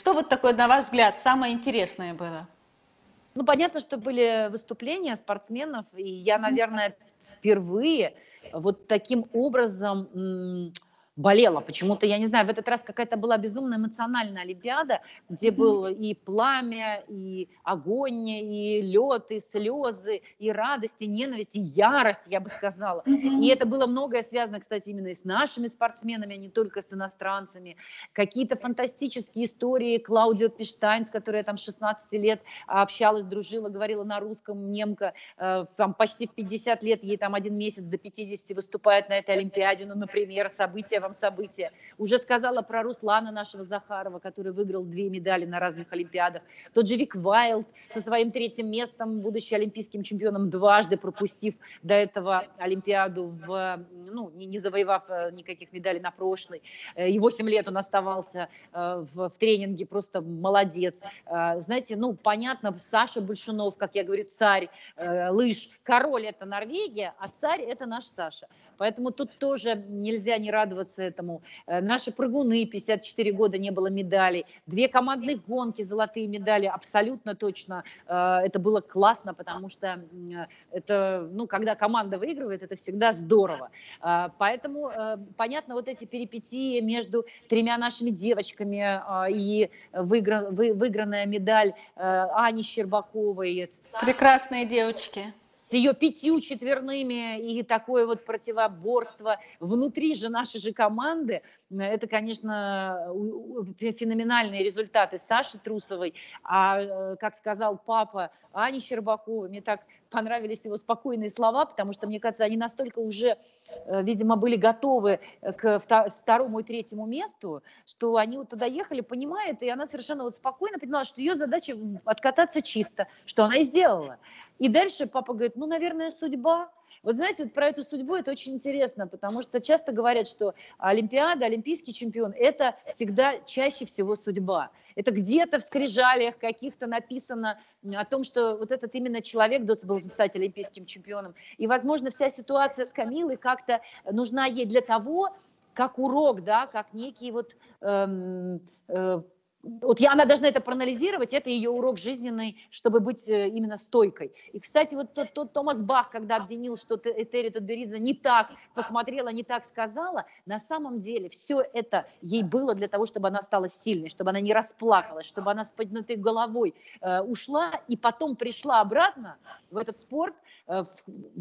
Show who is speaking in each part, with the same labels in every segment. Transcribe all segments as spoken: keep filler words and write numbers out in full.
Speaker 1: Что вот такое, на ваш взгляд, самое интересное было?
Speaker 2: Ну, понятно, что были выступления спортсменов, и я,
Speaker 1: Мгм.
Speaker 2: наверное, впервые вот таким образом, м, болела. Почему-то, я не знаю, в этот раз какая-то была безумно эмоциональная олимпиада, где
Speaker 1: Мгм.
Speaker 2: было и пламя, и огонь, и лед, и слезы, и радость, и ненависть, и ярость, я бы сказала. И
Speaker 1: Мгм.
Speaker 2: это было многое связано, кстати, именно и с нашими спортсменами, а не только с иностранцами. Какие-то фантастические истории. Клаудио Пештайн, с которой я там с шестнадцати лет общалась, дружила, говорила на русском, немка, э, там почти в пятьдесят лет, ей там один месяц до пятидесяти, выступает на этой олимпиаде, ну, например, событие вам событие. Уже сказала про Руслана нашего Захарова, который выиграл две медали на разных олимпиадах. Тот же Вик Вайлд со своим третьим местом, будучи олимпийским чемпионом, дважды пропустив до этого олимпиаду, в, ну, не, не завоевав э, никаких медалей на прошлой. Э, И восемь лет он оставался э, в, в тренинге, просто молодец. Э, Знаете, ну, понятно, Саша Большунов, как я говорю, царь э, лыж, король — это Норвегия, а царь — это наш Саша. Поэтому тут тоже нельзя не радоваться этому. Э, Наши прыгуны, пятьдесят четыре года не было медалей. Две командных гонки, золотые медали, абсолютно точно. Э, Это было классно, потому что м, это, ну, когда команда выигрывает, это всегда здорово. А, Поэтому, э, понятно, вот эти перипетии между тремя нашими девочками а, и выигра- вы- выигранная медаль э, Ани Щербаковой
Speaker 1: Прекрасные девочки.
Speaker 2: с ее пятью четверными и такое вот противоборство внутри же нашей же команды, м, это, конечно, у- у- феноменальные результаты Саши Трусовой. А, э, как сказал папа Ани Щербаковой, мне так понравились его спокойные слова, потому что, мне кажется, они настолько уже, э, видимо, были готовы э, к вта- второму и третьему месту, что они вот туда ехали, понимает, и она совершенно вот спокойно понимала, что ее задача м, откататься чисто, что она и сделала. И дальше папа говорит, ну, наверное, судьба. Вот знаете, вот про эту судьбу это очень интересно, потому что часто говорят, что Олимпиада, олимпийский чемпион — это всегда чаще всего судьба. Это где-то в скрижалях каких-то написано м, о том, что вот этот именно человек должен был стать олимпийским чемпионом. И, возможно, вся ситуация с Камилой как-то нужна ей для того, как урок, да, как некий вот эм, э, вот я, она должна это проанализировать, это ее урок жизненный, чтобы быть э, именно стойкой. И, кстати, вот тот, тот Томас Бах, когда обвинил, что Т- Этери Тутберидзе не так посмотрела, не так сказала, на самом деле все это ей было для того, чтобы она стала сильной, чтобы она не расплакалась, чтобы она с поднятой головой э, ушла и потом пришла обратно в этот спорт э, в-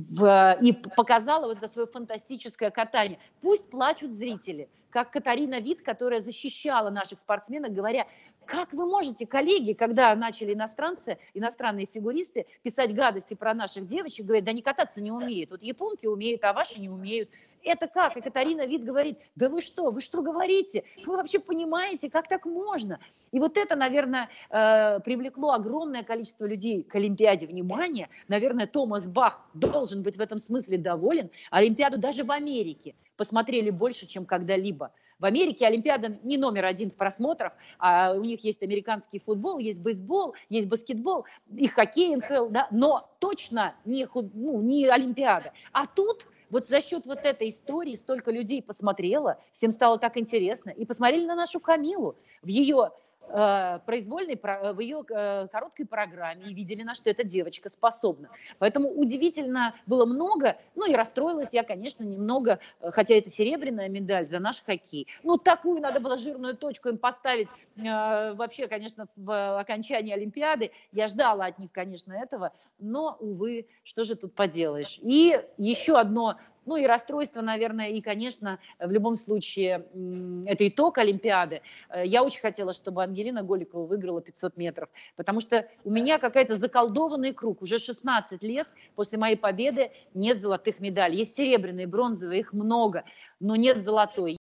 Speaker 2: в- и показала вот это свое фантастическое катание. Пусть плачут зрители, как Катарина Вит, которая защищала наших спортсменок, говоря, как вы можете, коллеги, когда начали иностранцы, иностранные фигуристы писать гадости про наших девочек, говорят, да они кататься не умеют. Вот японки умеют, а ваши не умеют. Это как? И Катарина Вит говорит, да вы что, вы что говорите? Вы вообще понимаете, как так можно? И вот это, наверное, э, привлекло огромное количество людей к Олимпиаде внимания. Наверное, Томас Бах должен быть в этом смысле доволен. Олимпиаду даже в Америке посмотрели больше, чем когда-либо. В Америке Олимпиада не номер один в просмотрах, а у них есть американский футбол, есть бейсбол, есть баскетбол, и хоккей эн ха эл, да, но точно не, худ- ну, не Олимпиада. А тут вот за счет вот этой истории столько людей посмотрело, всем стало так интересно, и посмотрели на нашу Камилу в ее э, произвольной, про- в ее э, короткой программе и видели, на что эта девочка способна. Поэтому удивительно было много, ну и расстроилась я, конечно, немного, э, хотя это серебряная медаль за наш хоккей. Ну, такую надо было жирную точку им поставить э, вообще, конечно, в окончании Олимпиады. Я ждала от них, конечно, этого, но, увы, что же тут поделаешь. И еще одно, ну и расстройство, наверное, и, конечно, в любом случае, м, это итог Олимпиады. Э, Я очень хотела, чтобы Ангелина Голикова выиграла пятьсот метров, потому что у меня какая-то заколдованный круг. Уже шестнадцать лет после моей победы нет золотых медалей. Есть серебряные, бронзовые, их много, но нет золотой.